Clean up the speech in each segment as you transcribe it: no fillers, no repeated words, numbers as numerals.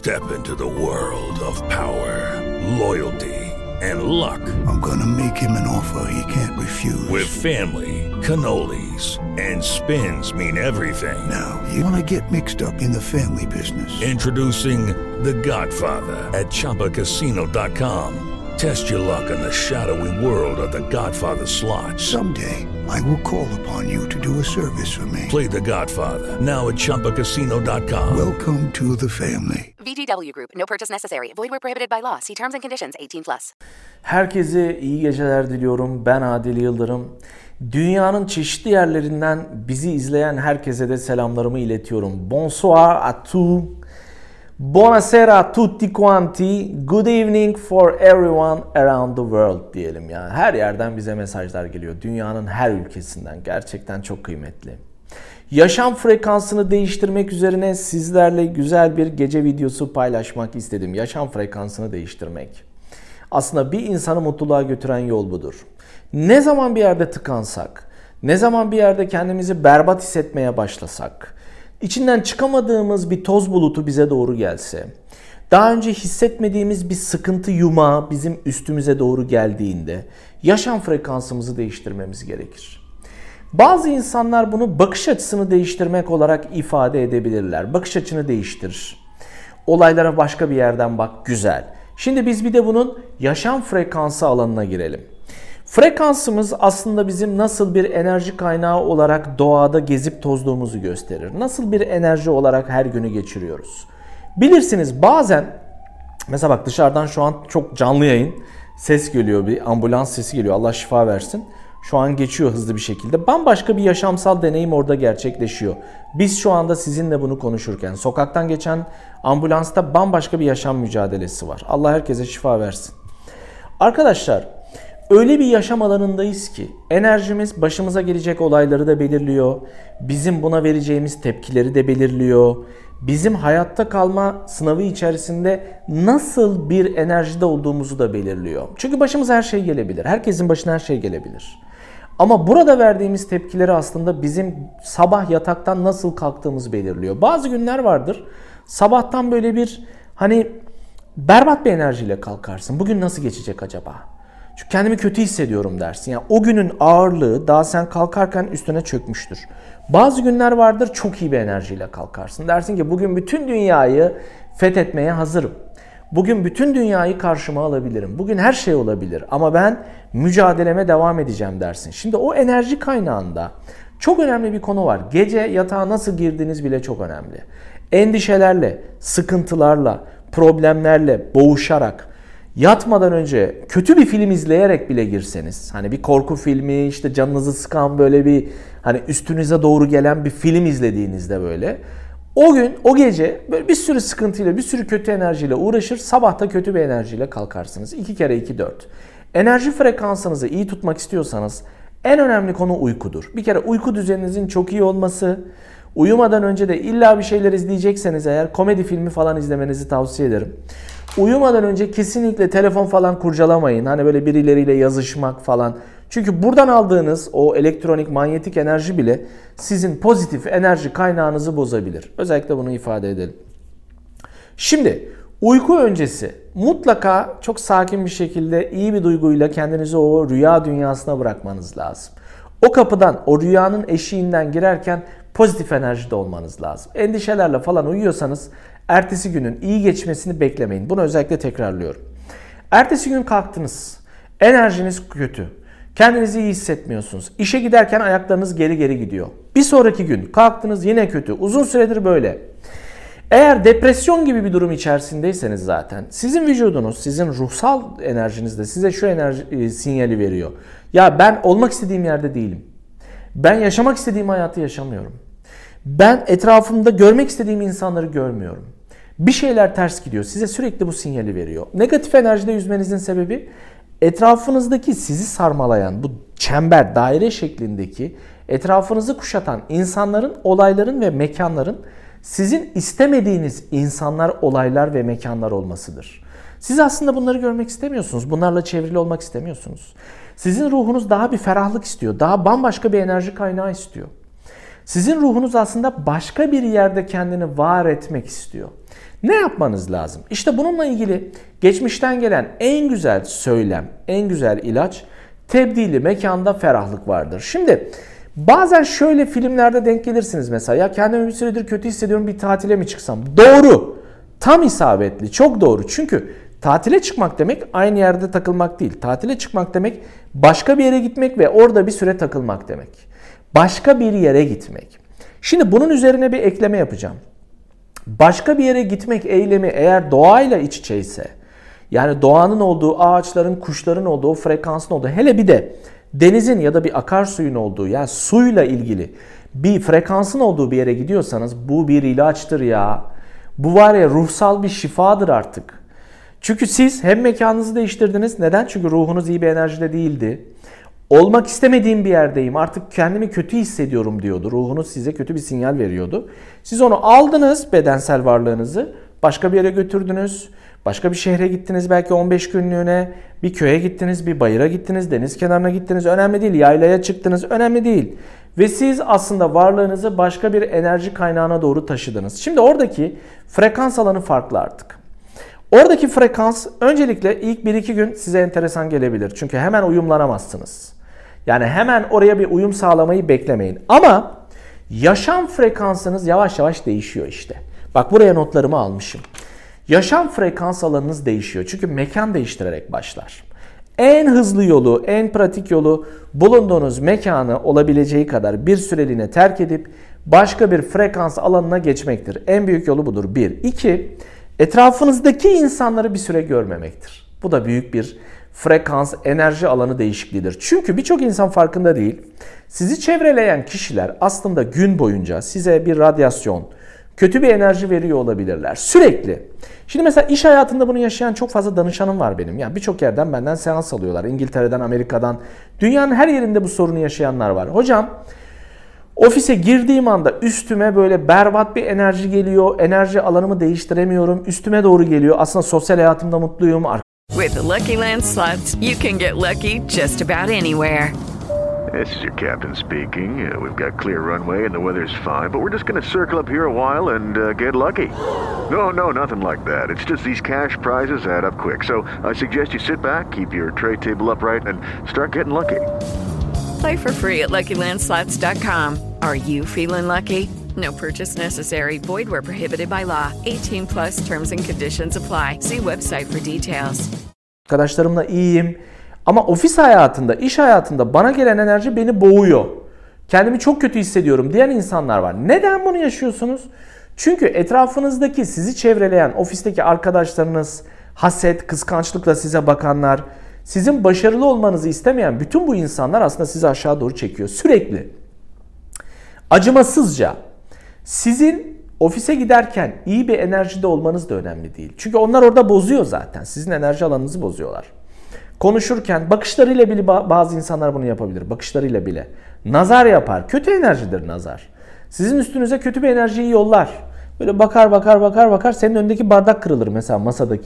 Step into the world of power, loyalty, and luck. I'm gonna make him an offer he can't refuse. With family, cannolis, and spins mean everything. Now, you wanna get mixed up in the family business. Introducing The Godfather at ChumbaCasino.com. Test your luck in the shadowy world of The Godfather slot. Someday, I will call upon you to do a service for me. Play The Godfather now at ChumbaCasino.com. Welcome to the family. VGW Group. No purchase necessary. Void where prohibited by law. See terms and conditions. 18+. Herkese iyi geceler diliyorum. Ben Adil Yıldırım. Dünyanın çeşitli yerlerinden bizi izleyen herkese de selamlarımı iletiyorum. Bonsoir à tous. Buonasera a tutti quanti. Good evening for everyone around the world diyelim yani. Her yerden bize mesajlar geliyor. Dünyanın her ülkesinden. Gerçekten çok kıymetli. Yaşam frekansını değiştirmek üzerine sizlerle güzel bir gece videosu paylaşmak istedim. Yaşam frekansını değiştirmek. Aslında bir insanı mutluluğa götüren yol budur. Ne zaman bir yerde tıkansak, ne zaman bir yerde kendimizi berbat hissetmeye başlasak, İçinden çıkamadığımız bir toz bulutu bize doğru gelse, daha önce hissetmediğimiz bir sıkıntı yumağı bizim üstümüze doğru geldiğinde yaşam frekansımızı değiştirmemiz gerekir. Bazı insanlar bunu bakış açısını değiştirmek olarak ifade edebilirler. Bakış açını değiştirir. Olaylara başka bir yerden bak, güzel. Şimdi biz bir de bunun yaşam frekansı alanına girelim. Frekansımız aslında bizim nasıl bir enerji kaynağı olarak doğada gezip tozduğumuzu gösterir. Nasıl bir enerji olarak her günü geçiriyoruz. Bilirsiniz bazen, mesela bak dışarıdan şu an çok canlı yayın, ses geliyor, bir ambulans sesi geliyor. Allah şifa versin. Şu an geçiyor hızlı bir şekilde. Bambaşka bir yaşamsal deneyim orada gerçekleşiyor. Biz şu anda sizinle bunu konuşurken sokaktan geçen ambulansta bambaşka bir yaşam mücadelesi var. Allah herkese şifa versin. Arkadaşlar, öyle bir yaşam alanındayız ki enerjimiz başımıza gelecek olayları da belirliyor. Bizim buna vereceğimiz tepkileri de belirliyor. Bizim hayatta kalma sınavı içerisinde nasıl bir enerjide olduğumuzu da belirliyor. Çünkü başımıza her şey gelebilir. Herkesin başına her şey gelebilir. Ama burada verdiğimiz tepkileri aslında bizim sabah yataktan nasıl kalktığımız belirliyor. Bazı günler vardır. Sabahtan böyle bir berbat bir enerjiyle kalkarsın. Bugün nasıl geçecek acaba? Çünkü kendimi kötü hissediyorum dersin. Yani o günün ağırlığı daha sen kalkarken üstüne çökmüştür. Bazı günler vardır çok iyi bir enerjiyle kalkarsın. Dersin ki bugün bütün dünyayı fethetmeye hazırım. Bugün bütün dünyayı karşıma alabilirim. Bugün her şey olabilir ama ben mücadeleme devam edeceğim dersin. Şimdi o enerji kaynağında çok önemli bir konu var. Gece yatağa nasıl girdiğiniz bile çok önemli. Endişelerle, sıkıntılarla, problemlerle boğuşarak, yatmadan önce kötü bir film izleyerek bile girseniz, bir korku filmi, işte canınızı sıkan böyle bir üstünüze doğru gelen bir film izlediğinizde böyle o gün, o gece böyle bir sürü sıkıntıyla, bir sürü kötü enerjiyle uğraşır, sabah da kötü bir enerjiyle kalkarsınız. 2 kere 2 4. Enerji frekansınızı iyi tutmak istiyorsanız en önemli konu uykudur. Bir kere uyku düzeninizin çok iyi olması, uyumadan önce de illa bir şeyler izleyecekseniz eğer komedi filmi falan izlemenizi tavsiye ederim. Uyumadan önce kesinlikle telefon falan kurcalamayın. Böyle birileriyle yazışmak falan. Çünkü buradan aldığınız o elektronik manyetik enerji bile sizin pozitif enerji kaynağınızı bozabilir. Özellikle bunu ifade edelim. Şimdi uyku öncesi mutlaka çok sakin bir şekilde iyi bir duyguyla kendinizi o rüya dünyasına bırakmanız lazım. O kapıdan, o rüyanın eşiğinden girerken pozitif enerjide olmanız lazım. Endişelerle falan uyuyorsanız ertesi günün iyi geçmesini beklemeyin. Bunu özellikle tekrarlıyorum. Ertesi gün kalktınız. Enerjiniz kötü. Kendinizi iyi hissetmiyorsunuz. İşe giderken ayaklarınız geri geri gidiyor. Bir sonraki gün kalktınız yine kötü. Uzun süredir böyle. Eğer depresyon gibi bir durum içerisindeyseniz zaten sizin vücudunuz, sizin ruhsal enerjiniz de size şu enerji sinyali veriyor. Ya ben olmak istediğim yerde değilim. Ben yaşamak istediğim hayatı yaşamıyorum. Ben etrafımda görmek istediğim insanları görmüyorum. Bir şeyler ters gidiyor. Size sürekli bu sinyali veriyor. Negatif enerjide yüzmenizin sebebi etrafınızdaki sizi sarmalayan bu çember, daire şeklindeki etrafınızı kuşatan insanların, olayların ve mekanların sizin istemediğiniz insanlar, olaylar ve mekanlar olmasıdır. Siz aslında bunları görmek istemiyorsunuz. Bunlarla çevrili olmak istemiyorsunuz. Sizin ruhunuz daha bir ferahlık istiyor. Daha bambaşka bir enerji kaynağı istiyor. Sizin ruhunuz aslında başka bir yerde kendini var etmek istiyor. Ne yapmanız lazım? İşte bununla ilgili geçmişten gelen en güzel söylem, en güzel ilaç tebdili mekanda ferahlık vardır. Şimdi bazen şöyle filmlerde denk gelirsiniz mesela. Ya kendimi bir süredir kötü hissediyorum, bir tatile mi çıksam? Doğru. Tam isabetli. Çok doğru. Çünkü tatile çıkmak demek aynı yerde takılmak değil. Tatile çıkmak demek başka bir yere gitmek ve orada bir süre takılmak demek. Başka bir yere gitmek. Şimdi bunun üzerine bir ekleme yapacağım. Başka bir yere gitmek eylemi eğer doğayla iç içeyse, yani doğanın olduğu, ağaçların, kuşların olduğu, o frekansın olduğu, hele bir de denizin ya da bir akarsuyun olduğu, yani suyla ilgili bir frekansın olduğu bir yere gidiyorsanız bu bir ilaçtır ya. Bu var ya, ruhsal bir şifadır artık. Çünkü siz hem mekanınızı değiştirdiniz. Neden? Çünkü ruhunuz iyi bir enerjide değildi. Olmak istemediğim bir yerdeyim, artık kendimi kötü hissediyorum diyordu. Ruhunuz size kötü bir sinyal veriyordu. Siz onu aldınız, bedensel varlığınızı, başka bir yere götürdünüz. Başka bir şehre gittiniz, belki 15 günlüğüne, bir köye gittiniz, bir bayıra gittiniz, deniz kenarına gittiniz. Önemli değil, yaylaya çıktınız, önemli değil. Ve siz aslında varlığınızı başka bir enerji kaynağına doğru taşıdınız. Şimdi oradaki frekans alanı farklı artık. Oradaki frekans öncelikle ilk 1-2 gün size enteresan gelebilir. Çünkü hemen uyumlanamazsınız. Yani hemen oraya bir uyum sağlamayı beklemeyin. Ama yaşam frekansınız yavaş yavaş değişiyor işte. Bak, buraya notlarımı almışım. Yaşam frekans alanınız değişiyor. Çünkü mekan değiştirerek başlar. En hızlı yolu, en pratik yolu bulunduğunuz mekanı olabileceği kadar bir süreliğine terk edip başka bir frekans alanına geçmektir. En büyük yolu budur. 1. 2. Etrafınızdaki insanları bir süre görmemektir. Bu da büyük bir frekans, enerji alanı değişikliğidir. Çünkü birçok insan farkında değil. Sizi çevreleyen kişiler aslında gün boyunca size bir radyasyon, kötü bir enerji veriyor olabilirler. Sürekli. Şimdi mesela iş hayatında bunu yaşayan çok fazla danışanım var benim. Yani birçok yerden benden seans alıyorlar. İngiltere'den, Amerika'dan. Dünyanın her yerinde bu sorunu yaşayanlar var. Hocam, ofise girdiğim anda üstüme böyle berbat bir enerji geliyor. Enerji alanımı değiştiremiyorum. Üstüme doğru geliyor. Aslında sosyal hayatımda mutluyum. With the Lucky Land Slots, you can get lucky just about anywhere. This is your captain speaking. We've got clear runway and the weather's fine, but we're just going to circle up here a while and get lucky. No, nothing like that. It's just these cash prizes add up quick. So I suggest you sit back, keep your tray table upright, and start getting lucky. Play for free at LuckyLandSlots.com. Are you feeling lucky? No purchase necessary. Void where prohibited by law. 18 plus terms and conditions apply. See website for details. Arkadaşlarımla iyiyim. Ama ofis hayatında, iş hayatında bana gelen enerji beni boğuyor. Kendimi çok kötü hissediyorum diyen insanlar var. Neden bunu yaşıyorsunuz? Çünkü etrafınızdaki, sizi çevreleyen ofisteki arkadaşlarınız, haset, kıskançlıkla size bakanlar, sizin başarılı olmanızı istemeyen bütün bu insanlar aslında sizi aşağı doğru çekiyor. Sürekli. Acımasızca. Sizin ofise giderken iyi bir enerjide olmanız da önemli değil. Çünkü onlar orada bozuyor zaten. Sizin enerji alanınızı bozuyorlar. Konuşurken bakışlarıyla bile bazı insanlar bunu yapabilir. Bakışlarıyla bile. Nazar yapar. Kötü enerjidir nazar. Sizin üstünüze kötü bir enerjiyi yollar. Böyle bakar. Senin önündeki bardak kırılır mesela, masadaki.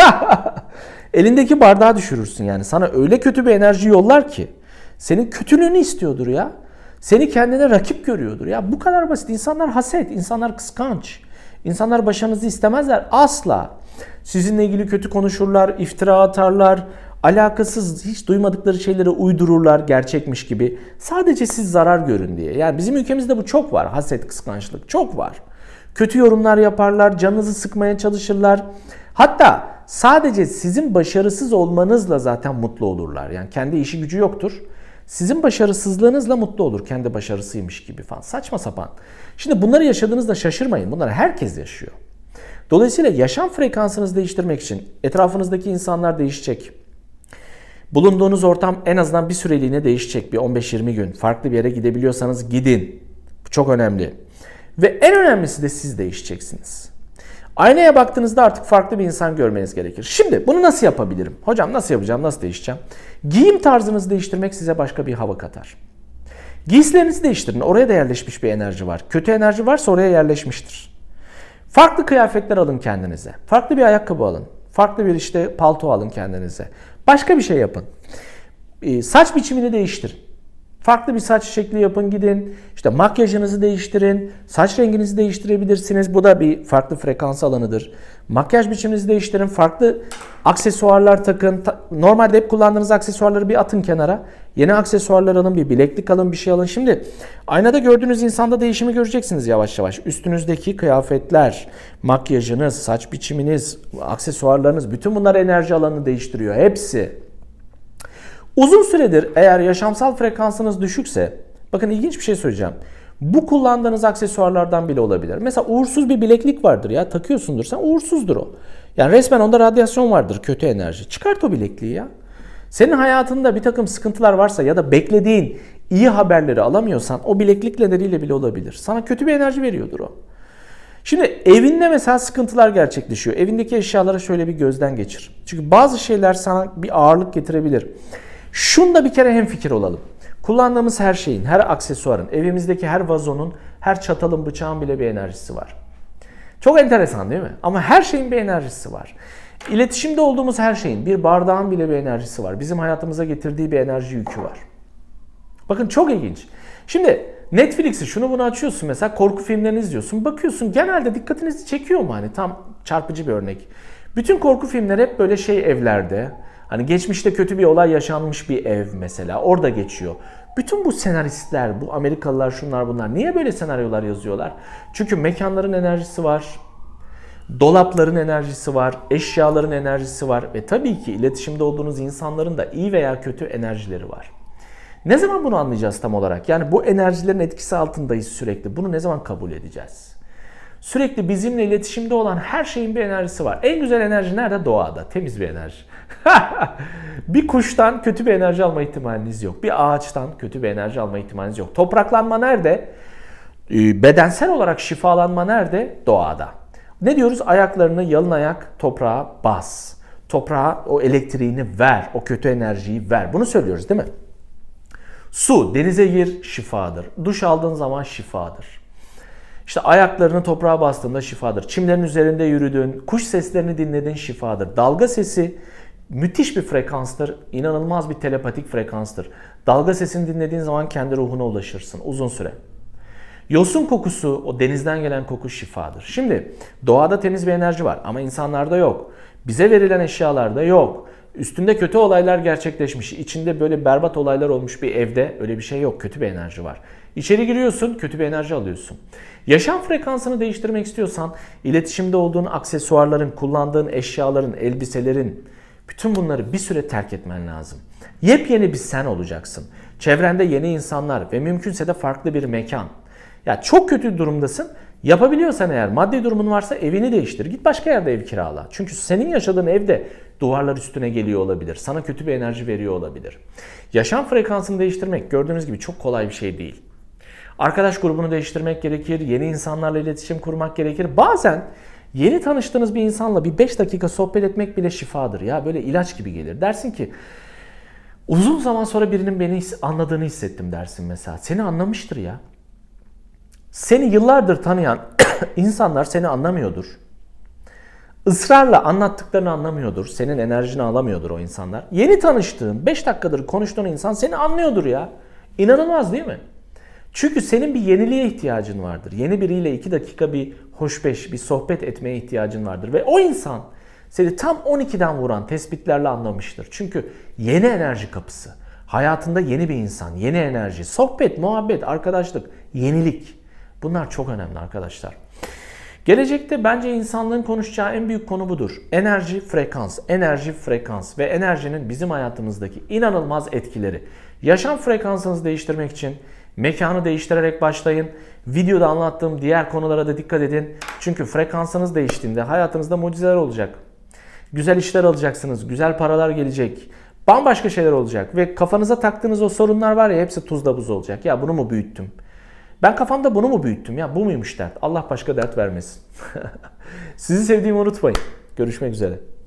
Elindeki bardağı düşürürsün yani. Sana öyle kötü bir enerji yollar ki. Senin kötülüğünü istiyordur ya. Seni kendine rakip görüyordur ya. Bu kadar basit. İnsanlar haset, insanlar kıskanç. İnsanlar başarınızı istemezler asla. Sizinle ilgili kötü konuşurlar, iftira atarlar. Alakasız, hiç duymadıkları şeyleri uydururlar gerçekmiş gibi. Sadece siz zarar görün diye. Yani bizim ülkemizde bu çok var. Haset, kıskançlık çok var. Kötü yorumlar yaparlar, canınızı sıkmaya çalışırlar. Hatta sadece sizin başarısız olmanızla zaten mutlu olurlar. Yani kendi işi gücü yoktur. Sizin başarısızlığınızla mutlu olur. Kendi başarısıymış gibi falan. Saçma sapan. Şimdi bunları yaşadığınızda şaşırmayın. Bunları herkes yaşıyor. Dolayısıyla yaşam frekansınızı değiştirmek için etrafınızdaki insanlar değişecek. Bulunduğunuz ortam en azından bir süreliğine değişecek. Bir 15-20 gün. Farklı bir yere gidebiliyorsanız gidin. Bu çok önemli. Ve en önemlisi de siz değişeceksiniz. Aynaya baktığınızda artık farklı bir insan görmeniz gerekir. Şimdi bunu nasıl yapabilirim? Hocam nasıl yapacağım? Nasıl değişeceğim? Giyim tarzınızı değiştirmek size başka bir hava katar. Giysilerinizi değiştirin. Oraya da yerleşmiş bir enerji var. Kötü enerji varsa oraya yerleşmiştir. Farklı kıyafetler alın kendinize. Farklı bir ayakkabı alın. Farklı bir palto alın kendinize. Başka bir şey yapın. Saç biçimini değiştirin. Farklı bir saç şekli yapın, gidin. İşte makyajınızı değiştirin. Saç renginizi değiştirebilirsiniz. Bu da bir farklı frekans alanıdır. Makyaj biçiminizi değiştirin. Farklı aksesuarlar takın. Normalde hep kullandığınız aksesuarları bir atın kenara. Yeni aksesuarlar alın, bir bileklik alın, bir şey alın. Şimdi aynada gördüğünüz insanda değişimi göreceksiniz yavaş yavaş. Üstünüzdeki kıyafetler, makyajınız, saç biçiminiz, aksesuarlarınız, bütün bunlar enerji alanını değiştiriyor. Hepsi. Uzun süredir eğer yaşamsal frekansınız düşükse, bakın ilginç bir şey söyleyeceğim. Bu kullandığınız aksesuarlardan bile olabilir. Mesela uğursuz bir bileklik vardır ya, takıyorsundur sen, uğursuzdur o. Yani resmen onda radyasyon vardır, kötü enerji. Çıkart o bilekliği ya. Senin hayatında bir takım sıkıntılar varsa ya da beklediğin iyi haberleri alamıyorsan o bileklik nedeniyle bile olabilir. Sana kötü bir enerji veriyordur o. Şimdi evinde mesela sıkıntılar gerçekleşiyor. Evindeki eşyalara şöyle bir gözden geçir. Çünkü bazı şeyler sana bir ağırlık getirebilir. Şunda bir kere hemfikir olalım. Kullandığımız her şeyin, her aksesuarın, evimizdeki her vazonun, her çatalın, bıçağın bile bir enerjisi var. Çok enteresan değil mi? Ama her şeyin bir enerjisi var. İletişimde olduğumuz her şeyin, bir bardağın bile bir enerjisi var. Bizim hayatımıza getirdiği bir enerji yükü var. Bakın çok ilginç. Şimdi Netflix'i şunu bunu açıyorsun mesela, korku filmlerini izliyorsun. Bakıyorsun genelde dikkatinizi çekiyor mu hani, tam çarpıcı bir örnek. Bütün korku filmleri hep böyle evlerde. Hani geçmişte kötü bir olay yaşanmış bir ev mesela, orada geçiyor. Bütün bu senaristler, bu Amerikalılar, şunlar bunlar niye böyle senaryolar yazıyorlar? Çünkü mekanların enerjisi var, dolapların enerjisi var, eşyaların enerjisi var ve tabii ki iletişimde olduğunuz insanların da iyi veya kötü enerjileri var. Ne zaman bunu anlayacağız tam olarak? Yani bu enerjilerin etkisi altındayız sürekli. Bunu ne zaman kabul edeceğiz? Sürekli bizimle iletişimde olan her şeyin bir enerjisi var. En güzel enerji nerede? Doğada. Temiz bir enerji. Bir kuştan kötü bir enerji alma ihtimaliniz yok. Bir ağaçtan kötü bir enerji alma ihtimaliniz yok. Topraklanma nerede? Bedensel olarak şifalanma nerede? Doğada. Ne diyoruz? Ayaklarını yalın ayak toprağa bas. Toprağa o elektriğini ver. O kötü enerjiyi ver. Bunu söylüyoruz değil mi? Su, denize gir, şifadır. Duş aldığın zaman şifadır. İşte ayaklarını toprağa bastığında şifadır. Çimlerin üzerinde yürüdün, kuş seslerini dinledin, şifadır. Dalga sesi müthiş bir frekanstır. İnanılmaz bir telepatik frekanstır. Dalga sesini dinlediğin zaman kendi ruhuna ulaşırsın uzun süre. Yosun kokusu, o denizden gelen koku şifadır. Şimdi doğada temiz bir enerji var ama insanlarda yok. Bize verilen eşyalarda yok. Üstünde kötü olaylar gerçekleşmiş, içinde böyle berbat olaylar olmuş bir evde öyle bir şey yok. Kötü bir enerji var. İçeri giriyorsun, kötü bir enerji alıyorsun. Yaşam frekansını değiştirmek istiyorsan, iletişimde olduğun aksesuarların, kullandığın eşyaların, elbiselerin, bütün bunları bir süre terk etmen lazım. Yepyeni bir sen olacaksın. Çevrende yeni insanlar ve mümkünse de farklı bir mekan. Ya çok kötü durumdasın. Yapabiliyorsan eğer, maddi durumun varsa evini değiştir. Git başka yerde ev kirala. Çünkü senin yaşadığın evde duvarlar üstüne geliyor olabilir. Sana kötü bir enerji veriyor olabilir. Yaşam frekansını değiştirmek gördüğünüz gibi çok kolay bir şey değil. Arkadaş grubunu değiştirmek gerekir. Yeni insanlarla iletişim kurmak gerekir. Bazen yeni tanıştığınız bir insanla bir 5 dakika sohbet etmek bile şifadır. Ya böyle ilaç gibi gelir. Dersin ki uzun zaman sonra birinin beni anladığını hissettim dersin mesela. Seni anlamıştır ya. Seni yıllardır tanıyan insanlar seni anlamıyordur. Israrla anlattıklarını anlamıyordur. Senin enerjini alamıyordur o insanlar. Yeni tanıştığın, 5 dakikadır konuştuğun insan seni anlıyordur ya. İnanılmaz değil mi? Çünkü senin bir yeniliğe ihtiyacın vardır. Yeni biriyle 2 dakika bir hoşbeş, bir sohbet etmeye ihtiyacın vardır. Ve o insan seni tam 12'den vuran tespitlerle anlamıştır. Çünkü yeni enerji kapısı. Hayatında yeni bir insan, yeni enerji, sohbet, muhabbet, arkadaşlık, yenilik. Bunlar çok önemli arkadaşlar. Gelecekte bence insanlığın konuşacağı en büyük konu budur. Enerji, frekans, enerji, frekans ve enerjinin bizim hayatımızdaki inanılmaz etkileri. Yaşam frekansınızı değiştirmek için mekanı değiştirerek başlayın. Videoda anlattığım diğer konulara da dikkat edin. Çünkü frekansınız değiştiğinde hayatınızda mucizeler olacak. Güzel işler alacaksınız, güzel paralar gelecek. Bambaşka şeyler olacak ve kafanıza taktığınız o sorunlar var ya, hepsi tuzla buz olacak. Ya bunu mu büyüttüm? Ben kafamda bunu mu büyüttüm ya? Bu muymuş dert? Allah başka dert vermesin. Sizi sevdiğimi unutmayın. Görüşmek üzere.